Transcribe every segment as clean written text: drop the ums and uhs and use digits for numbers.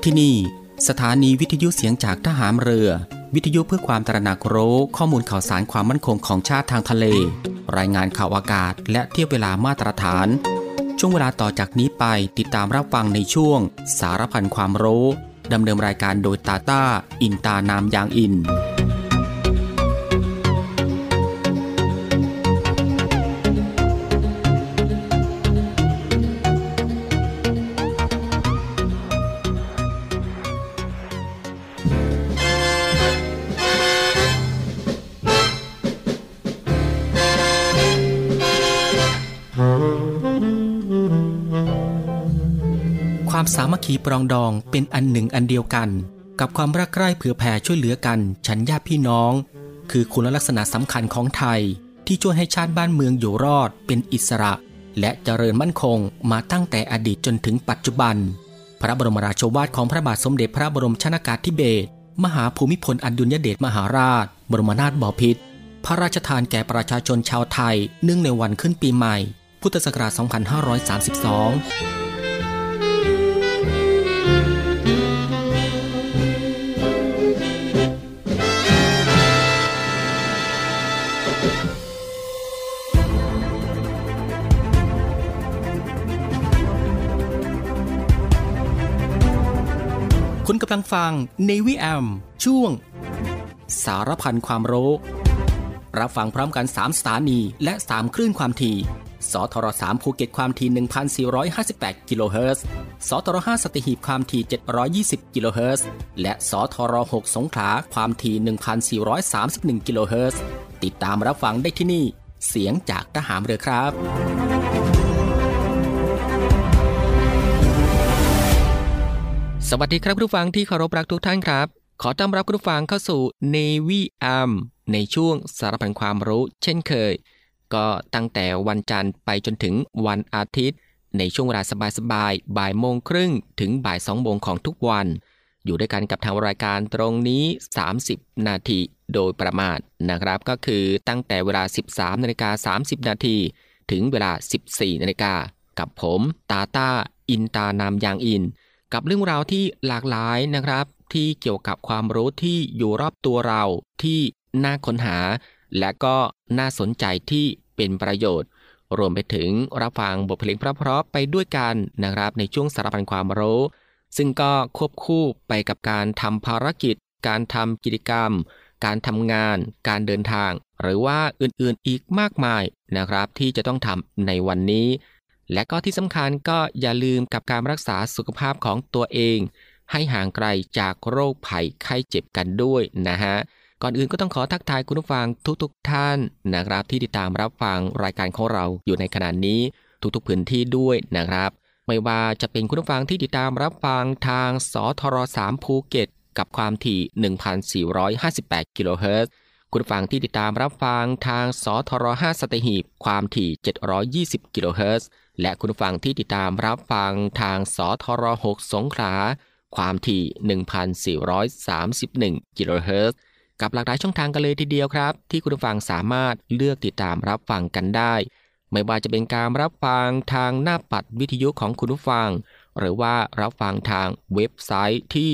ที่นี่สถานีวิทยุเสียงจากทหารเรือวิทยุเพื่อความตระหนักรู้ข้อมูลข่าวสารความมั่นคงของชาติทางทะเลรายงานข่าวอากาศและเทียบเวลามาตรฐานช่วงเวลาต่อจากนี้ไปติดตามรับฟังในช่วงสารพันความรู้ดำเนินรายการโดยตาต้าอินตานามยางอินความสามัคคีปรองดองเป็นอันหนึ่งอันเดียวกันกับความรักใคร่เผื่อแผ่ช่วยเหลือกันฉันญาติพี่น้องคือคุณลักษณะสำคัญของไทยที่ช่วยให้ชาติบ้านเมืองอยู่รอดเป็นอิสระและเจริญมั่นคงมาตั้งแต่อดีตจนถึงปัจจุบันพระบรมราโชวาทของพระบาทสมเด็จพระบรมชนกาธิเบศรมหาภูมิพลอดุลยเดชมหาราชบรมนาถบพิตรพระราชทานแก่ประชาชนชาวไทยเนื่องในวันขึ้นปีใหม่พุทธศักราช 2532คุณกำลังฟัง Navy AM ช่วงสารพันความรู้รับฟังพร้อมกัน3สถานีและ3คลื่นความถี่สทร3ภูเก็ตความถี่ 1,458 กิโลเฮิรตซ์สทร5สัตหีบความถี่720 กิโลเฮิรตซ์และสทร6สงขลาความถี่ 1,431 กิโลเฮิรตซ์ติดตามรับฟังได้ที่นี่เสียงจากทหารเรือครับสวัสดีครับผู้ฟังที่เคารพรักทุกท่านครับขอต้อนรับผู้ฟังเข้าสู่ Navy AM ในช่วงสารพันความรู้เช่นเคยก็ตั้งแต่วันจันทร์ไปจนถึงวันอาทิตย์ในช่วงเวลาสบายๆบ่ายโมงครึ่งถึงบ่าย2โมงของทุกวันอยู่ด้วยกันกับทางรายการตรงนี้30นาทีโดยประมาณนะครับก็คือตั้งแต่เวลา 13:30 นาทีถึงเวลา 14 นาฬิกากับผมตาต้าอินตานามยางอินกับเรื่องราวที่หลากหลายนะครับที่เกี่ยวกับความรู้ที่อยู่รอบตัวเราที่น่าค้นหาและก็น่าสนใจที่เป็นประโยชน์รวมไปถึงรับฟังบทเพลงเพราะๆไปด้วยกันนะครับในช่วงสารพันความรู้ซึ่งก็ควบคู่ไปกับการทำภารกิจการทำกิจกรรมการทำงานการเดินทางหรือว่าอื่นๆอีกมากมายนะครับที่จะต้องทำในวันนี้และก็ที่สำคัญก็อย่าลืมกับการรักษาสุขภาพของตัวเองให้ห่างไกลจากโรคภัยไข้เจ็บกันด้วยนะฮะก่อนอื่นก็ต้องขอทักทายคุณผู้ฟังทุกท่านนะครับที่ติดตามรับฟังรายการของเราอยู่ในขณะนี้ทุกๆพื้นที่ด้วยนะครับไม่ว่าจะเป็นคุณผู้ฟังที่ติดตามรับฟังทางสทร3ภูเก็ตกับความถี่ 1,458 กิโลเฮิรตซ์คุณผู้ฟังที่ติดตามรับฟังทางสทร5สัตหีบความถี่720 กิโลเฮิรตซ์และคุณผู้ฟังที่ติดตามรับฟังทางสทร6สงขลาความถี่ 1,431 กิโลเฮิรตซ์กับหลากหลายช่องทางกันเลยทีเดียวครับที่คุณผู้ฟังสามารถเลือกติดตามรับฟังกันได้ไม่ว่าจะเป็นการรับฟังทางหน้าปัดวิทยุของคุณผู้ฟังหรือว่ารับฟังทางเว็บไซต์ที่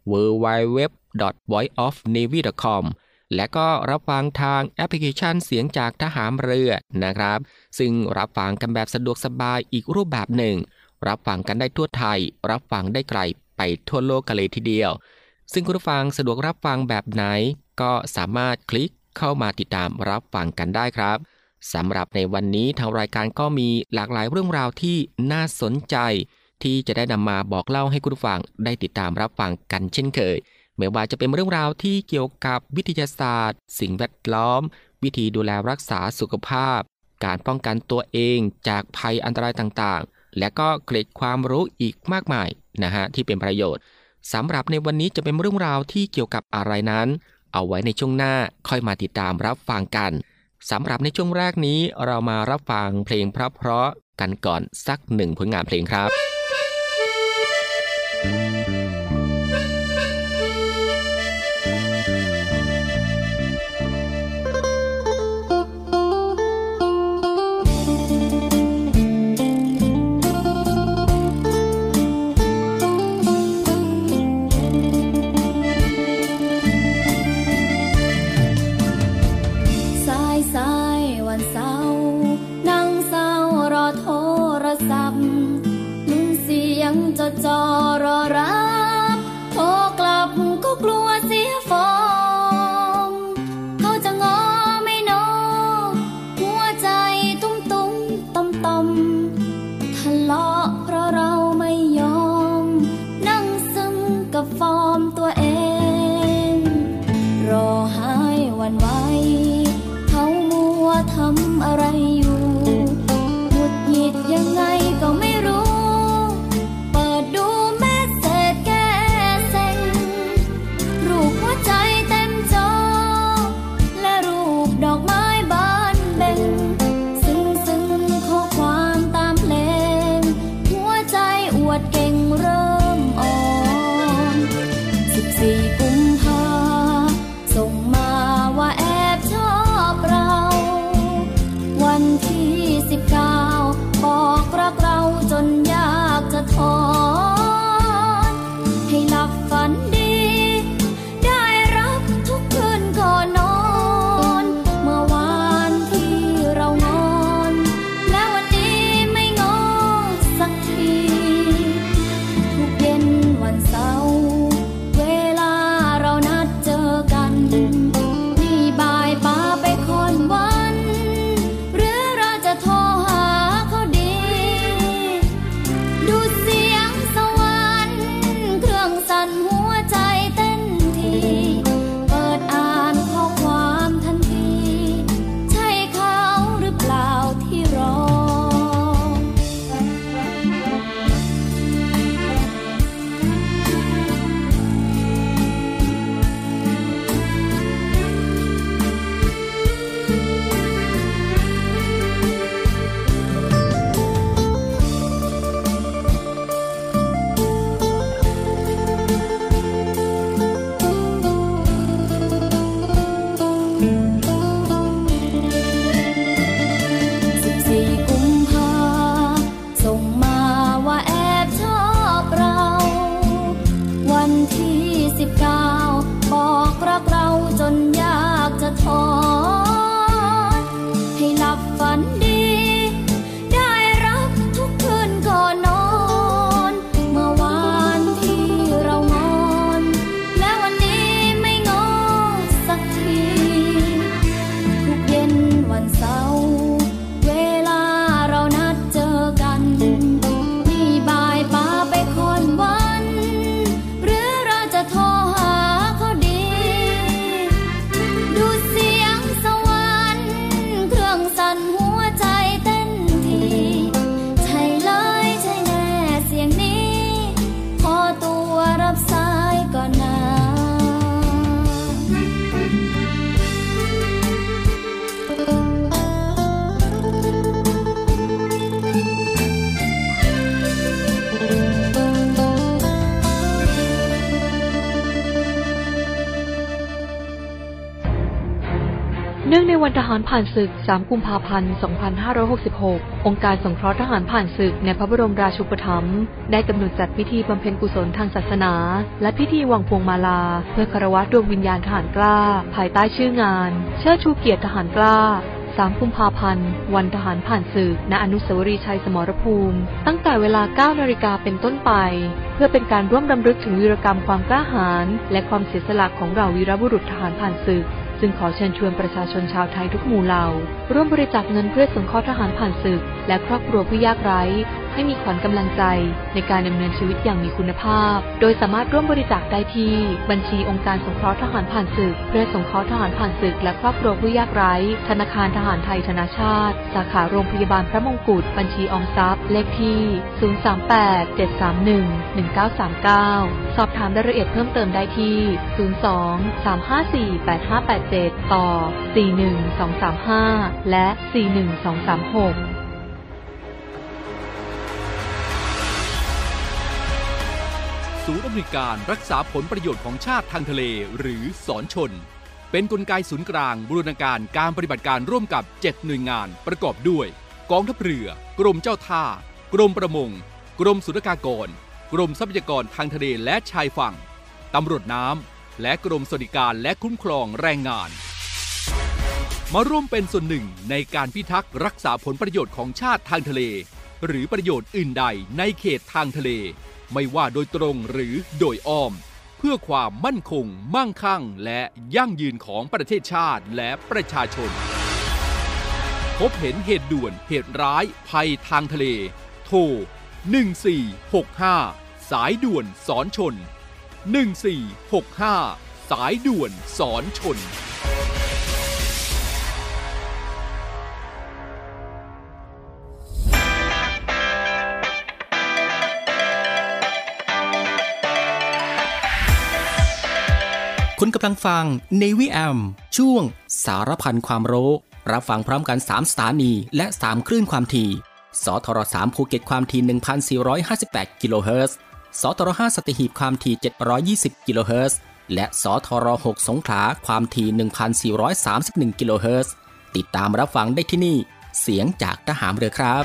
www.voiceofnavy.com และก็รับฟังทางแอปพลิเคชันเสียงจากทหารเรือนะครับซึ่งรับฟังกันแบบสะดวกสบายอีกรูปแบบหนึ่งรับฟังกันได้ทั่วไทยรับฟังได้ไกลไปทั่วโลกกันเลยทีเดียวซึ่งคุณผู้ฟังสะดวกรับฟังแบบไหนก็สามารถคลิกเข้ามาติดตามรับฟังกันได้ครับสำหรับในวันนี้ทางรายการก็มีหลากหลายเรื่องราวที่น่าสนใจที่จะได้นำมาบอกเล่าให้คุณผู้ฟังได้ติดตามรับฟังกันเช่นเคยไม่ว่าจะเป็นเรื่องราวที่เกี่ยวกับวิทยาศาสตร์สิ่งแวดล้อมวิธีดูแลรักษาสุขภาพการป้องกันตัวเองจากภัยอันตรายต่างๆและก็เกร็ดความรู้อีกมากมายนะฮะที่เป็นประโยชน์สำหรับในวันนี้จะเป็นเรื่องราวที่เกี่ยวกับอะไรนั้นเอาไว้ในช่วงหน้าค่อยมาติดตามรับฟังกันสำหรับในช่วงแรกนี้เรามารับฟังเพลงเพราะๆกันก่อนสักหนึ่งผลงานเพลงครับดจ่อรอรับโทรกลับก็กลัวเสียฟอร์มเขาจะงอไม่นอหัวใจตุ้มตุ้มต่อมต่อมทะเลาะเพราะเราไม่ยอมนั่งซึมกับฟอร์มตัวเองรอหายวันไหวเขามัวทำอะไรอยู่หงุดหงิดยังไงก็ไม่รู้เปิดดูเมสเสจแก้เซ็งรูปหัวใจเต็มจอและรูปดอกไม้บานเบ่งซึ้งข้อความตามเพลงหัวใจอวดเก่งเริ่มอ่อน14 กุมภาส่งมาว่าแอบชอบเราวันที่19บอกรักเราจนยากจะถอนให้หลับฝันดีได้รับทุกคืนก่อนนอนเมื่อวานที่เรางอนและวันนี้ไม่งอสักทีทุกเย็นวันเสาร์เวลาเรานัดเจอกันนี่บ่ายป้าไปคอนวันหรือเราจะโทรหาเขาดีดูเสียงสวรรค์เครื่องสั่นหัวใจเต้นทีเปิดอ่านข้อความทันทีใช่เขาหรือเปล่าที่รอ14 กุมภาส่งมาว่าแอบชอบเราวันที่19บอกรักเราจนยากจะถอนให้หลับฝันดีได้รับทุกคืนก่อนนอนเมื่อวานที่เรางอนและวันนี้ไม่งอสักทีทุกเย็นวันเสาร์เวลาเรานัดเจอกันนี่บ่ายป้าไปคอนวันหรือเราจะโทรหาเขาดีดูเสียงสวรรค์เครื่องสั่นหัวใจเต้นทีใช่เลยใช่แน่เสียงนี้ขอตัวรับสายก่อนนะเนื่องในวันทหารผ่านศึก 3 กุมภาพันธ์ 2566 องค์การสงเคราะห์ทหารผ่านศึกในพระบรมราชูปถัมภ์ได้กำหนดจัดพิธีบำเพ็ญกุศลทางศาสนาและพิธีวางพวงมาลาเพื่อคารวะดวงวิญญาณทหารกล้าภายใต้ชื่องานเชิดชูเกียรติทหารกล้า 3 กุมภาพันธ์ วันทหารผ่านศึก ณ อนุสาวรีย์ชัยสมรภูมิ ตั้งแต่เวลา 9 นาฬิกาเป็นต้นไป เพื่อเป็นการร่วมรำลึกถึงวีรกรรมความกล้าหาญและความเสียสละของเหล่าวีรบุรุษทหารผ่านศึก ซึ่งขอเชิญชวนประชาชนชาวไทยทุกหมู่เหล่าร่วมบริจาคเงินเพื่อสงเคราะห์ทหารผ่านศึกและครอบครัวผู้ยากไร้ให้มีขวัญกำลังใจในการดำเนินชีวิตอย่างมีคุณภาพโดยสามารถร่วมบริจาคได้ที่บัญชีองค์การสงเคราะห์ทหารผ่านศึกเพื่อสงเคราะห์ทหารผ่านศึกและครอบครัวผู้ยากไร้ธนาคารทหารไทยธนาชาติสาขาโรงพยาบาลพระมงกุฎบัญชีออมทรัพย์เลขที่038-731-1939สอบถามรายละเอียดเพิ่มเติมได้ที่02-354-8587ต่อ41235และ41236 ศูนย์อำนวยการรักษาผลประโยชน์ของชาติทางทะเลหรือศรชนเป็นกลไกศูนย์กลางบูรณาการการปฏิบัติการร่วมกับ7หน่วยงานประกอบด้วยกองทัพเรือกรมเจ้าท่ากรมประมงกรมศุลกากรกรมทรัพยากรทางทะเลและชายฝั่งตำรวจน้ำและกรมสวัสดิการและคุ้มครองแรงงานมาร่วมเป็นส่วนหนึ่งในการพิทักษ์รักษาผลประโยชน์ของชาติทางทะเลหรือประโยชน์อื่นใดในเขตทางทะเลไม่ว่าโดยตรงหรือโดยอ้อมเพื่อความมั่นคงมั่งคั่งและยั่งยืนของประเทศชาติและประชาชนพบเห็นเหตุด่วนเหตุร้ายภัยทางทะเลโทร1465สายด่วนสอนชน1465สายด่วนสอนชนคุณกำลังฟัง Navy AM ช่วงสารพันความรู้รับฟังพร้อมกัน3สถานีและ3คลื่นความถี่สทร3ภูเก็ตความถี่ 1,458 กิโลเฮิรตซ์สทร5สัตหีบความถี่720 กิโลเฮิรตซ์และสทร6สงขลาความถี่ 1,431 กิโลเฮิรตซ์ติดตามรับฟังได้ที่นี่เสียงจากทหารเรือครับ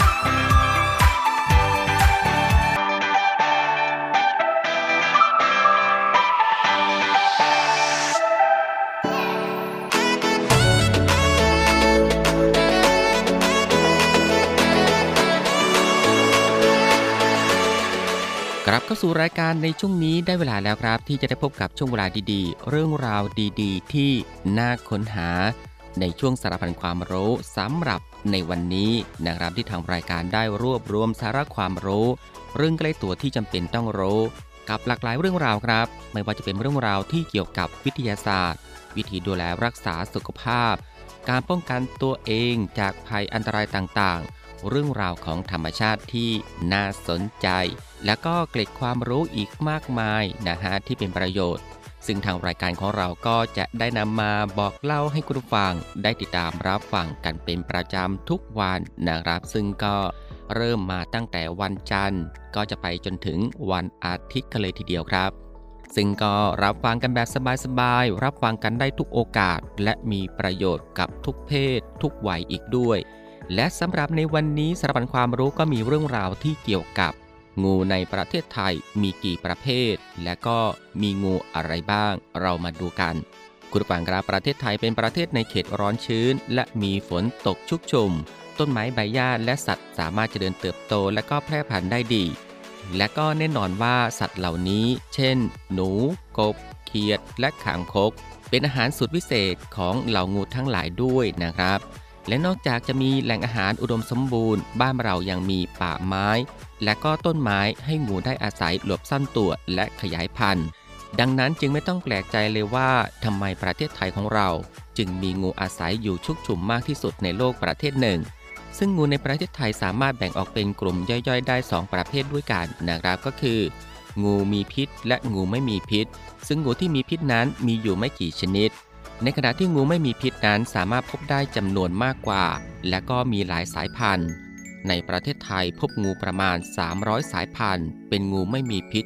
กลับเข้าสู่รายการในช่วงนี้ได้เวลาแล้วครับที่จะได้พบกับช่วงเวลาดีๆเรื่องราวดีๆที่น่าค้นหาในช่วงสารพันความรู้สำหรับในวันนี้นะครับที่ทางรายการได้รวบรวมสาระความรู้เรื่องใกล้ตัวที่จำเป็นต้องรู้กับหลากหลายเรื่องราวครับไม่ว่าจะเป็นเรื่องราวที่เกี่ยวกับวิทยาศาสตร์วิธีดูแลรักษาสุขภาพการป้องกันตัวเองจากภัยอันตรายต่างๆเรื่องราวของธรรมชาติที่น่าสนใจและก็เกร็ดความรู้อีกมากมายนะฮะที่เป็นประโยชน์ซึ่งทางรายการของเราก็จะได้นำมาบอกเล่าให้คุณผู้ฟังได้ติดตามรับฟังกันเป็นประจำทุกวันนะครับซึ่งก็เริ่มมาตั้งแต่วันจันทร์ก็จะไปจนถึงวันอาทิตย์กันเลยทีเดียวครับซึ่งก็รับฟังกันแบบสบายๆรับฟังกันได้ทุกโอกาสและมีประโยชน์กับทุกเพศทุกวัยอีกด้วยและสำหรับในวันนี้สารพันความรู้ก็มีเรื่องราวที่เกี่ยวกับงูในประเทศไทยมีกี่ประเภทและก็มีงูอะไรบ้างเรามาดูกันคุณผู้ฟังครับประเทศไทยเป็นประเทศในเขตร้อนชื้นและมีฝนตกชุกชุมต้นไม้ใบหญ้าและสัตว์สามารถเจริญเติบโตและก็แพร่พันธุ์ได้ดีและก็แน่นอนว่าสัตว์เหล่านี้เช่นหนูกบเขียดและคางคกเป็นอาหารสุดพิเศษของเหล่างูทั้งหลายด้วยนะครับและนอกจากจะมีแหล่งอาหารอุดมสมบูรณ์บ้านเรายังมีป่าไม้และก็ต้นไม้ให้งูได้อาศัยหลบซ่อนตัวและขยายพันธุ์ดังนั้นจึงไม่ต้องแปลกใจเลยว่าทำไมประเทศไทยของเราจึงมีงูอาศัยอยู่ชุกชุมมากที่สุดในโลกประเทศหนึ่งซึ่งงูในประเทศไทยสามารถแบ่งออกเป็นกลุ่มย่อยๆได้2ประเภทด้วยกันนะครับก็คืองูมีพิษและงูไม่มีพิษซึ่งงูที่มีพิษนั้นมีอยู่ไม่กี่ชนิดในขณะที่งูไม่มีพิษนั้นสามารถพบได้จำนวนมากกว่าและก็มีหลายสายพันธุ์ในประเทศไทยพบงูประมาณ300สายพันธุ์เป็นงูไม่มีพิษ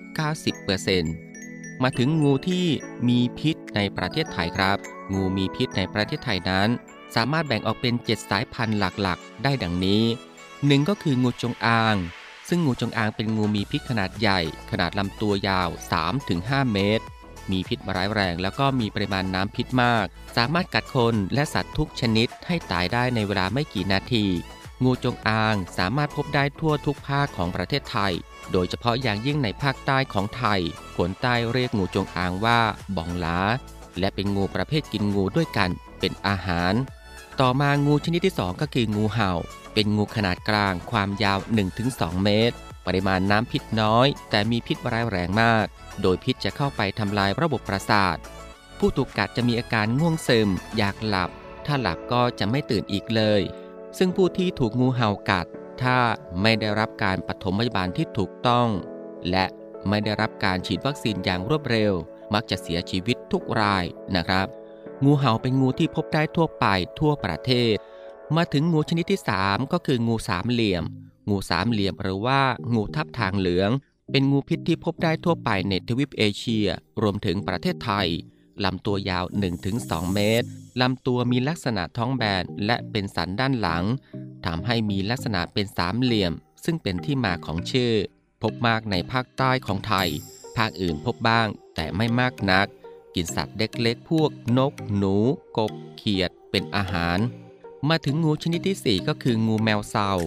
90% มาถึงงูที่มีพิษในประเทศไทยครับงูมีพิษในประเทศไทยนั้นสามารถแบ่งออกเป็น7สายพันธุ์หลักๆได้ดังนี้1ก็คืองูจงอางซึ่งงูจงอางเป็นงูมีพิษขนาดใหญ่ขนาดลำตัวยาว 3-5 เมตรมีพิษร้ายแรงแล้วก็มีปริมาณน้ำพิษมากสามารถกัดคนและสัตว์ทุกชนิดให้ตายได้ในเวลาไม่กี่นาทีงูจงอางสามารถพบได้ทั่วทุกภาคของประเทศไทยโดยเฉพาะอย่างยิ่งในภาคใต้ของไทยคนใต้เรียกงูจงอางว่าบองหลาและเป็นงูประเภทกินงูด้วยกันเป็นอาหารต่อมางูชนิดที่2ก็คืองูเห่าเป็นงูขนาดกลางความยาว 1-2 เมตรปริมาณน้ำพิษน้อยแต่มีพิษร้ายแรงมากโดยพิษจะเข้าไปทำลายระบบประสาทผู้ถูกกัดจะมีอาการง่วงซึมอยากหลับถ้าหลับก็จะไม่ตื่นอีกเลยซึ่งผู้ที่ถูกงูเห่ากัดถ้าไม่ได้รับการปฐมพยาบาลที่ถูกต้องและไม่ได้รับการฉีดวัคซีนอย่างรวดเร็วมักจะเสียชีวิตทุกรายนะครับงูเห่าเป็นงูที่พบได้ทั่วไปทั่วประเทศมาถึงงูชนิดที่3ก็คืองูสามเหลี่ยมงูสามเหลี่ยมหรือว่างูทับทางเหลืองเป็นงูพิษที่พบได้ทั่วไปในทวีปเอเชียรวมถึงประเทศไทยลำตัวยาว 1-2 เมตรลำตัวมีลักษณะท้องแบนและเป็นสันด้านหลังทำให้มีลักษณะเป็นสามเหลี่ยมซึ่งเป็นที่มาของชื่อพบมากในภาคใต้ของไทยภาคอื่นพบบ้างแต่ไม่มากนักกินสัตว์เล็กๆพวกนกหนูกบเขียดเป็นอาหารมาถึงงูชนิดที่4ก็คืองูแมวเซา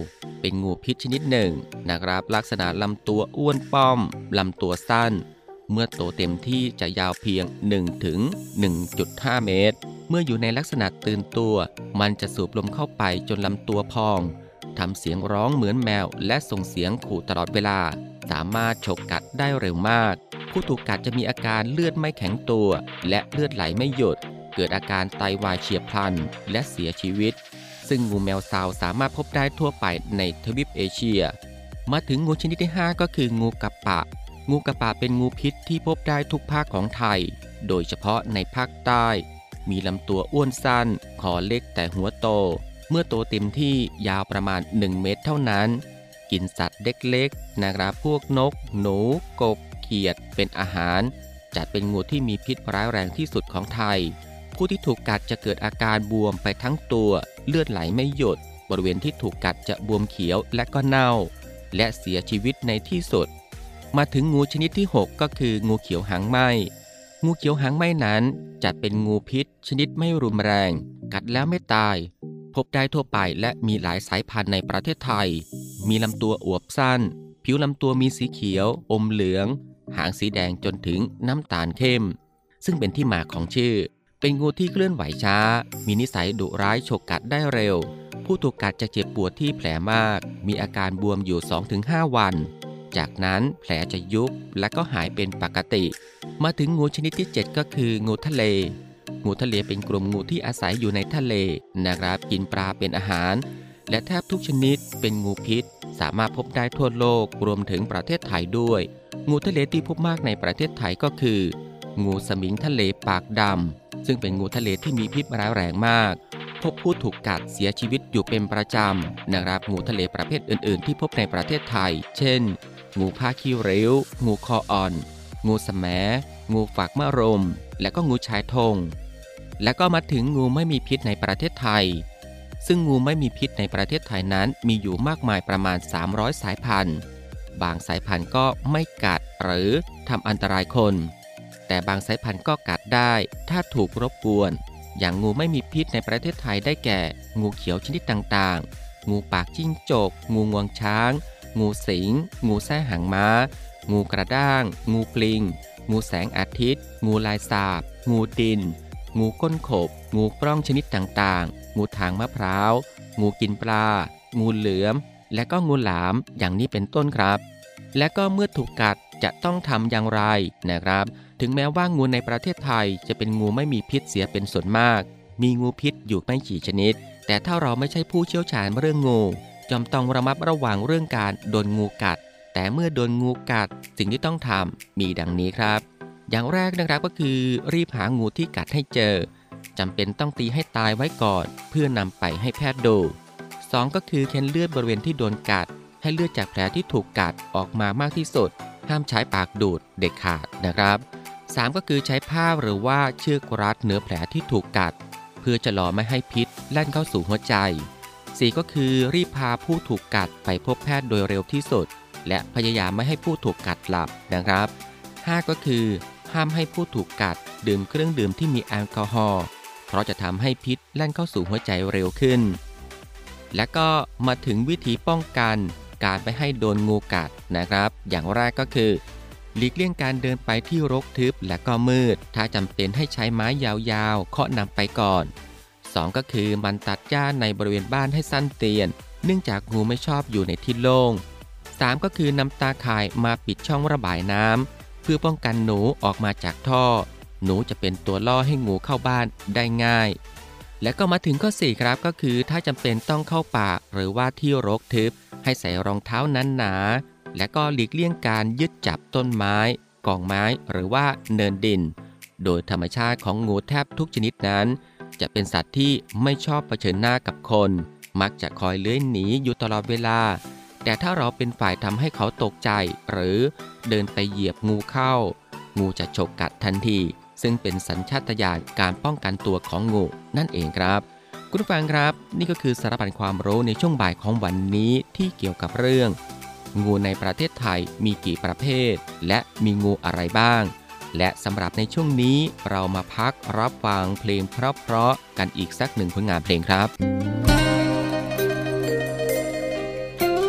เป็นงูพิษชนิดหนึ่งนะครับลักษณะลำตัวอ้วนป้อมลำตัวสั้นเมื่อโตเต็มที่จะยาวเพียง 1-1.5 เมตรเมื่ออยู่ในลักษณะตื่นตัวมันจะสูบลมเข้าไปจนลำตัวพองทำเสียงร้องเหมือนแมวและส่งเสียงขู่ตลอดเวลาสามารถฉกกัดได้เร็วมากผู้ถูกกัดจะมีอาการเลือดไม่แข็งตัวและเลือดไหลไม่หยุดเกิดอาการไตวายเฉียบพลันและเสียชีวิตซึ่งงูแมวซาวสามารถพบได้ทั่วไปในทวีปเอเชียมาถึงงูชนิดที่ 5 ก็คืองูกระปะงูกระปะเป็นงูพิษที่พบได้ทุกภาคของไทยโดยเฉพาะในภาคใต้มีลำตัวอ้วนสั้นคอเล็กแต่หัวโตเมื่อโตเต็มที่ยาวประมาณ1 เมตรเท่านั้นกินสัตว์เล็กๆนะครับพวกนกหนูกบเขียดเป็นอาหารจัดเป็นงูที่มีพิษร้ายแรงที่สุดของไทยผู้ที่ถูกกัดจะเกิดอาการบวมไปทั้งตัวเลือดไหลไม่หยุดบริเวณที่ถูกกัดจะบวมเขียวและก็เน่าและเสียชีวิตในที่สุดมาถึงงูชนิดที่ 6 ก็คืองูเขียวหางไหม้งูเขียวหางไหม้นั้นจัดเป็นงูพิษชนิดไม่รุนแรงกัดแล้วไม่ตายพบได้ทั่วไปและมีหลายสายพันธุ์ในประเทศไทยมีลำตัวอวบสั้นผิวลำตัวมีสีเขียวอมเหลืองหางสีแดงจนถึงน้ำตาลเข้มซึ่งเป็นที่มาของชื่อเป็นงูที่เคลื่อนไหวช้ามีนิสัยดุร้ายฉกกัดได้เร็วผู้ถูกกัดจะเจ็บปวดที่แผลมากมีอาการบวมอยู่ 2-5 วันจากนั้นแผลจะยุบและก็หายเป็นปกติมาถึงงูชนิดที่ 7 ก็คืองูทะเลงูทะเลเป็นกลุ่มงูที่อาศัยอยู่ในทะเลนะครับกินปลาเป็นอาหารและแทบทุกชนิดเป็นงูพิษสามารถพบได้ทั่วโลกรวมถึงประเทศไทยด้วยงูทะเลที่พบมากในประเทศไทยก็คืองูสมิงทะเลปากดำซึ่งเป็นงูทะเลที่มีพิษร้ายแรงมากพบผู้ถูกกัดเสียชีวิตอยู่เป็นประจำนะครับงูทะเลประเภทอื่นๆที่พบในประเทศไทยเช่นงูผ้าขี้ริ้วงูคออ่อนงูแสมงูฝักมะรมและก็งูชายธงและก็มาถึงงูไม่มีพิษในประเทศไทยซึ่งงูไม่มีพิษในประเทศไทยนั้นมีอยู่มากมายประมาณ300สายพันธุ์บางสายพันธุ์ก็ไม่กัดหรือทำอันตรายคนแต่บางสายพันธุ์ก็กัดได้ถ้าถูกรบกวนอย่างงูไม่มีพิษในประเทศไทยได้แก่งูเขียวชนิดต่างๆงูปากจิ้งจกงูงวงช้างงูสิงงูแส้หางม้างูกระด้างงูปลิงงูแสงอาทิตย์งูลายสาบงูดินงูก้นขบงูปล้องชนิดต่างๆงูทางมะพร้าวงูกินปลางูเหลือมและก็งูหลามอย่างนี้เป็นต้นครับและก็เมื่อถูกกัดจะต้องทำอย่างไรนะครับถึงแม้ว่างูในประเทศไทยจะเป็นงูไม่มีพิษเสียเป็นส่วนมากมีงูพิษอยู่ไม่กี่ชนิดแต่ถ้าเราไม่ใช่ผู้เชี่ยวชาญเรื่องงูจำต้องระมัดระวังเรื่องการโดนงูกัดแต่เมื่อโดนงูกัดสิ่งที่ต้องทำมีดังนี้ครับอย่างแรกนะครับก็คือรีบหางูที่กัดให้เจอจำเป็นต้องตีให้ตายไว้ก่อนเพื่อนำไปให้แพทย์ดู2ก็คือเค้นเลือดบริเวณที่โดนกัดให้เลือดจากแผลที่ถูกกัดออกมามากที่สุดห้ามใช้ปากดูดเด็ดขาดนะครับ3ก็คือใช้ผ้าหรือว่าเชือกรัดเนื้อแผลที่ถูกกัดเพื่อจะรอไม่ให้พิษแล่นเข้าสู่หัวใจ4ก็คือรีบพาผู้ถูกกัดไปพบแพทย์โดยเร็วที่สุดและพยายามไม่ให้ผู้ถูกกัดหลับนะครับ5ก็คือห้ามให้ผู้ถูกกัดดื่มเครื่องดื่มที่มีแอลกอฮอล์เพราะจะทำให้พิษแล่นเข้าสู่หัวใจเร็วขึ้นและก็มาถึงวิธีป้องกันการไม่ให้โดนงูกัดนะครับอย่างแรกก็คือหลีกเลี่ยงการเดินไปที่รกทึบและก็มืดถ้าจำเป็นให้ใช้ไม้ยาวๆเคาะนำไปก่อน2ก็คือมันตัดหญ้าในบริเวณบ้านให้สั้นเตียนเนื่องจากงูไม่ชอบอยู่ในที่โล่ง3ก็คือนำตาข่ายมาปิดช่องระบายน้ำเพื่อป้องกันหนูออกมาจากท่อหนูจะเป็นตัวล่อให้งูเข้าบ้านได้ง่ายและก็มาถึงข้อ4ครับก็คือถ้าจำเป็นต้องเข้าป่าหรือว่าที่รกทึบให้ใส่รองเท้าหนาๆและก็หลีกเลี่ยงการยึดจับต้นไม้กองไม้หรือว่าเนินดินโดยธรรมชาติของงูแทบทุกชนิดนั้นจะเป็นสัตว์ที่ไม่ชอบเผชิญหน้ากับคนมักจะคอยเลื้อยหนีอยู่ตลอดเวลาแต่ถ้าเราเป็นฝ่ายทำให้เขาตกใจหรือเดินไปเหยียบงูเข้างูจะฉกกัดทันทีซึ่งเป็นสัญชาตญาณการป้องกันตัวของงูนั่นเองครับคุณผู้ฟังครับนี่ก็คือสารพันความรู้ในช่วงบ่ายของวันนี้ที่เกี่ยวกับเรื่องงูในประเทศไทยมีกี่ประเภทและมีงูอะไรบ้างและสำหรับในช่วงนี้เรามาพักรับฟังเพลงเพราะๆกันอีกสักหนึ่งผลงานเพลงครับ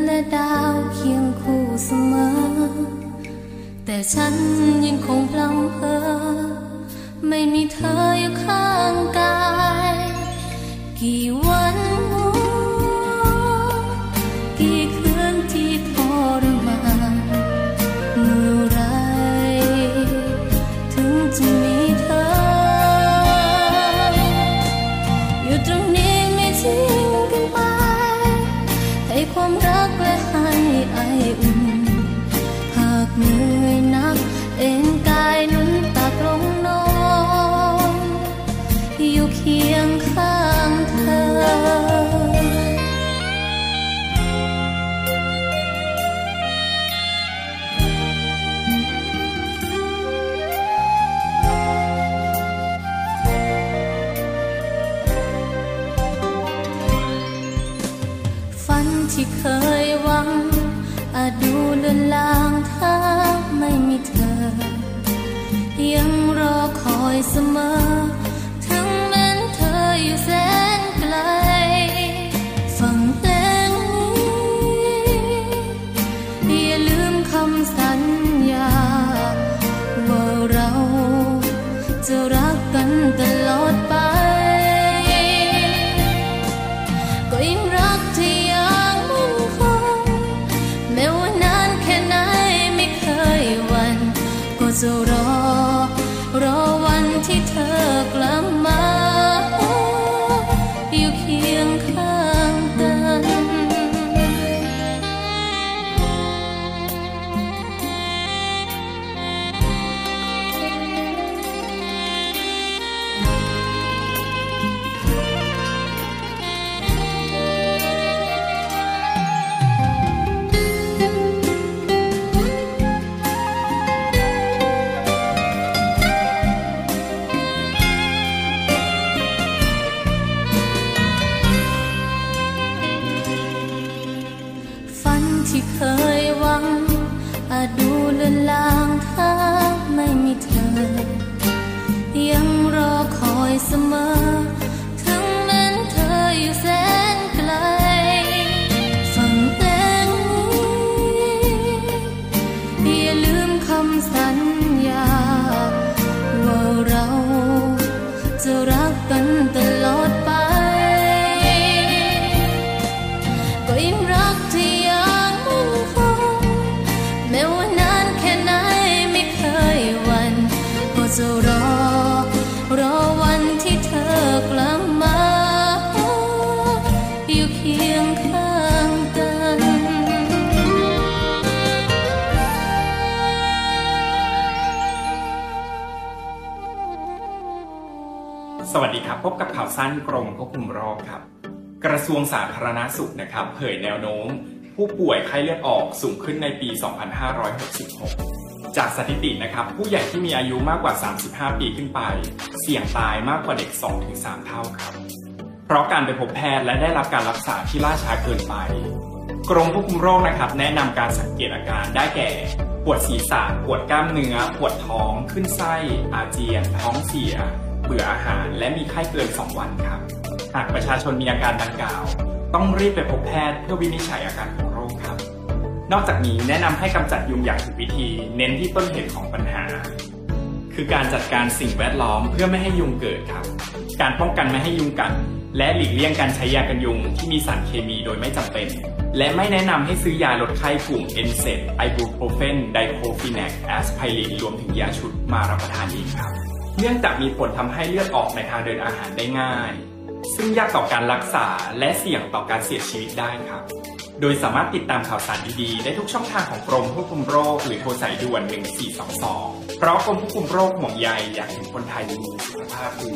และดาวเคียงคู่เสมอแต่ฉันยังคงพลังเพ้อไม่มีเธออยู่ข้างกายกี่วันกี่คืนที่ทรมานเมื่อไรถึงจะมีเธออยู่ตรงนี้ไม่ทิ้งกันไปให้ความรักและให้ไออุ่นหากเหนื่อยนักเอ็นกายนุ่นตักลงนอนอยู่เคียงข้างเธอฝันที่เคยหวังอาจดูเลือนลางถ้าไม่มีเธอยังรอคอยเสมอถึงแม้เธออยู่แสนไกลฟังเพลงนี้อย่าลืมคำสัญญาว่าเราจะรักกันตลอดไปก็ยิ่งรักที่ยังมั่นคงแม้ว่านานแค่ไหนไม่เคยหวั่นก็จะรอวันที่เธอกลับมาอยู่เคียงข้างกันที่เคยหวังอาจดูเลือนลางถ้าไม่มีเธอยังรอคอยเสมอถึงแม้เธออยู่แสนไกลฟังเพลงนี้อย่าลืมคำสัญญาว่าเราจะรักกันตลอดไปก็ยิ่งรักที่จะรอวันที่เธอกลับมาอยู่เคียงข้างกันสวัสดีครับพบกับข่าวสั้นกรมควบคุมโรคครับกระทรวงสาธารณสุขนะครับเผยแนวโน้มผู้ป่วยไข้เลือดออกสูงขึ้นในปี 2566จากสถิตินะครับผู้ใหญ่ที่มีอายุมากกว่า35ปีขึ้นไปเสี่ยงตายมากกว่าเด็ก 2-3 เท่าครับเพราะการไปพบแพทย์และได้รับการรักษาที่ล่าช้าเกินไปกรมควบคุมโรคนะครับแนะนำการสังเกตอาการได้แก่ปวดศีรษะปวดกล้ามเนื้อปวดท้องขึ้นไส้อาเจียนท้องเสียเบื่ออาหารและมีไข้เกิน2 วันครับหากประชาชนมีอาการดังกล่าวต้องรีบไปพบแพทย์เพื่อวินิจฉัยอาการของโรคครับนอกจากนี้แนะนำให้กำจัดยุงอย่างถูกวิธีเน้นที่ต้นเหตุของปัญหาคือการจัดการสิ่งแวดล้อมเพื่อไม่ให้ยุงเกิดครับการป้องกันไม่ให้ยุงกัดและหลีกเลี่ยงการใช้ยากันยุงที่มีสารเคมีโดยไม่จำเป็นและไม่แนะนำให้ซื้อยาลดไข้กลุ่ม NSAID ไอบูโปรเฟน ไดโคฟีแนก แอสไพรินรวมถึงยาชุดมารับประทานเองครับเนื่องจากมีผลทำให้เลือดออกในทางเดินอาหารได้ง่ายซึ่งยากต่อการรักษาและเสี่ยงต่อการเสียชีวิตได้ครับโดยสามารถติดตามข่าวสารดีๆได้ทุกช่องทางของกรมควบคุมโรคหรือโทรสายด่วน1422เพราะกรมควบคุมโรคห่วงใยอยากเห็นคนไทยมีสุขภาพดี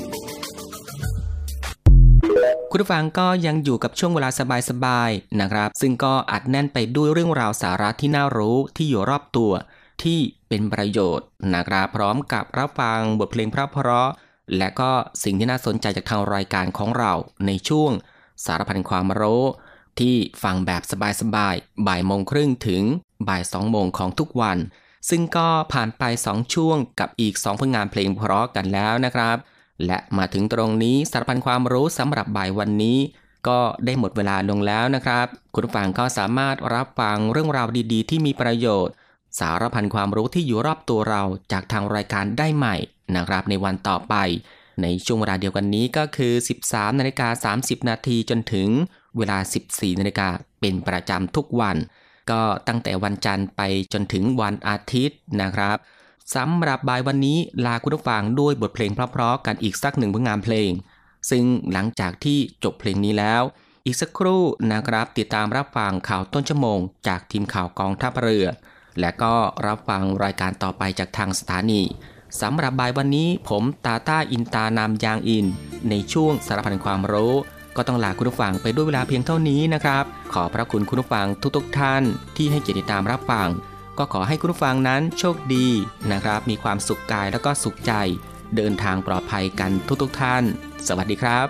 คุณผู้ฟังก็ยังอยู่กับช่วงเวลาสบายๆนะครับซึ่งก็อัดแน่นไปด้วยเรื่องราวสาระที่น่ารู้ที่อยู่รอบตัวที่เป็นประโยชน์นะครับพร้อมกับรับฟังบทเพลงเพราะๆและก็สิ่งที่น่าสนใจจากทางรายการของเราในช่วงสารพันความรู้ที่ฟังแบบสบายๆบ่ายโมงครึ่งถึงบ่าย2 โมงของทุกวันซึ่งก็ผ่านไป2ช่วงกับอีก2ผลงานเพลงเพราะกันแล้วนะครับและมาถึงตรงนี้สารพันความรู้สำหรับบ่ายวันนี้ก็ได้หมดเวลาลงแล้วนะครับคุณผู้ฟังก็สามารถรับฟังเรื่องราวดีๆที่มีประโยชน์สารพันความรู้ที่อยู่รอบตัวเราจากทางรายการได้ใหม่นะครับในวันต่อไปในช่วงเวลาเดียวกันนี้ก็คือ 13:30 นาทีจนถึงเวลา 14 นาฬิกาเป็นประจำทุกวันก็ตั้งแต่วันจันทร์ไปจนถึงวันอาทิตย์นะครับสำหรับบ่ายวันนี้ลาคุณผู้ฟังด้วยบทเพลงเพราะๆกันอีกสักหนึ่งผลงานเพลงซึ่งหลังจากที่จบเพลงนี้แล้วอีกสักครู่นะครับติดตามรับฟังข่าวต้นชั่วโมงจากทีมข่าวกองทัพเรือและก็รับฟังรายการต่อไปจากทางสถานีสำหรับบ่ายวันนี้ผมตาต้าอินตานามยางอินในช่วงสารพันความรู้ก็ต้องลาคุณผู้ฟังไปด้วยเวลาเพียงเท่านี้นะครับขอพระคุณคุณผู้ฟังทุกท่านที่ให้เกียรติติดตามรับฟังก็ขอให้คุณผู้ฟังนั้นโชคดีนะครับมีความสุขกายแล้วก็สุขใจเดินทางปลอดภัยกันทุกท่านสวัสดีครับ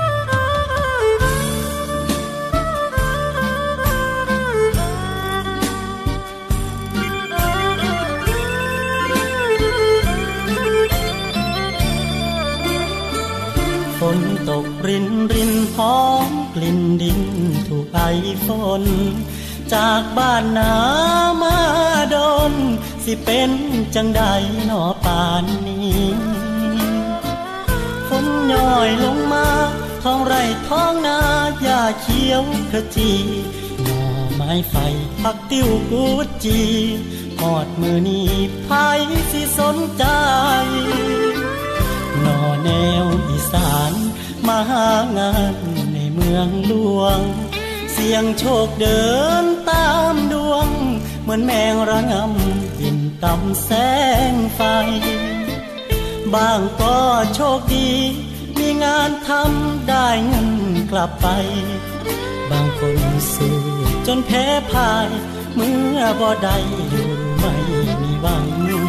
ฝนตกรินรินหอมกลิ่นดินถูกไอฝนจากบ้านนามาดนสิเป็นจังใดหนอป่านนี้ฝนย่อยลงมาท้องไร่ท้องนาหญ้าเขียวขจีหน่อไม้ไฟผักติ้วกูดจีหอดมือนี้ไผสิสนใจหน่อแนวอีสานมาหางานในเมืองหลวงเสียงโชคเดินตามดวงเหมือนแมงระงำบินต่ำแสงไฟบางก็โชคดีมีงานทำได้เงินกลับไปบางคนสู้จนแพ้พ่ายเมื่อบ่ได้อยู่ไม่มีหวัง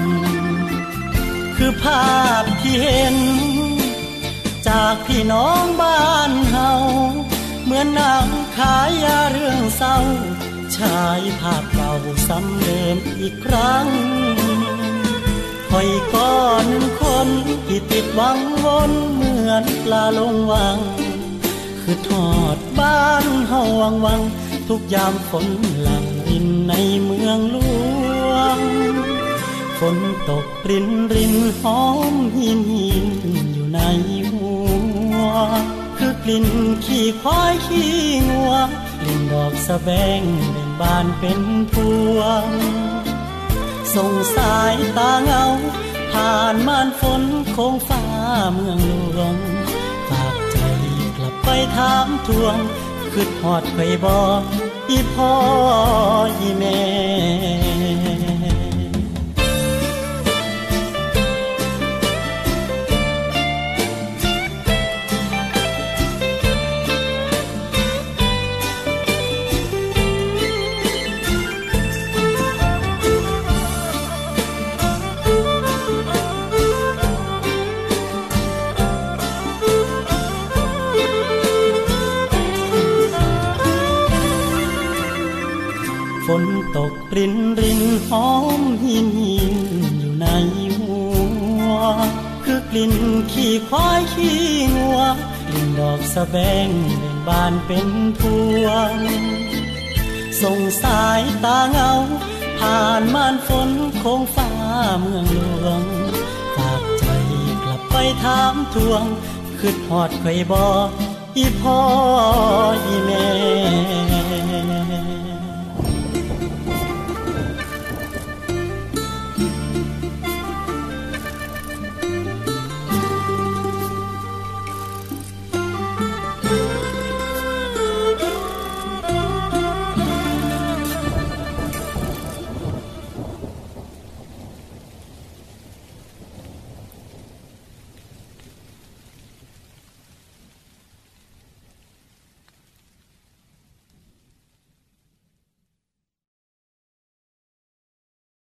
คือภาพที่เห็นจากพี่น้องบ้านเฮาเหมือนนางขายยาเรื่องเศร้าฉายภาพเก่าซ้ำเดิมอีกครั้งคอยก้อนคนที่ติดหวังวนเหมือนปลาลงวังคือทอดบ้านเฮาวังทุกยามฝนหลั่งรินในเมืองหลวงฝนตกรินรินหอมหินหินอยู่ในหัวคือกลิ่นขี้ควายขี้งัวกลิ่นดอกสะแบงเบ่งบานเป็นพวงส่งสายตาเงาผ่านม่านฝนโค้งฟ้าเมืองหลวงฝากใจกลับไปถามทวงคิดฮอดไปบ่อีพ่ออีแม่ฝนตกรินรินหอมหินหินอยู่ในหัวคือกลิ่นขี้ควายขี้งัวกลิ่นดอกสะแบงเบ่งบานเป็นพวงส่งสายตาเงาผ่านม่านฝนโค้งฟ้าเมืองหลวงฝากใจกลับไปถามทวงคิดฮอดใครบ่อีพ่ออีแม่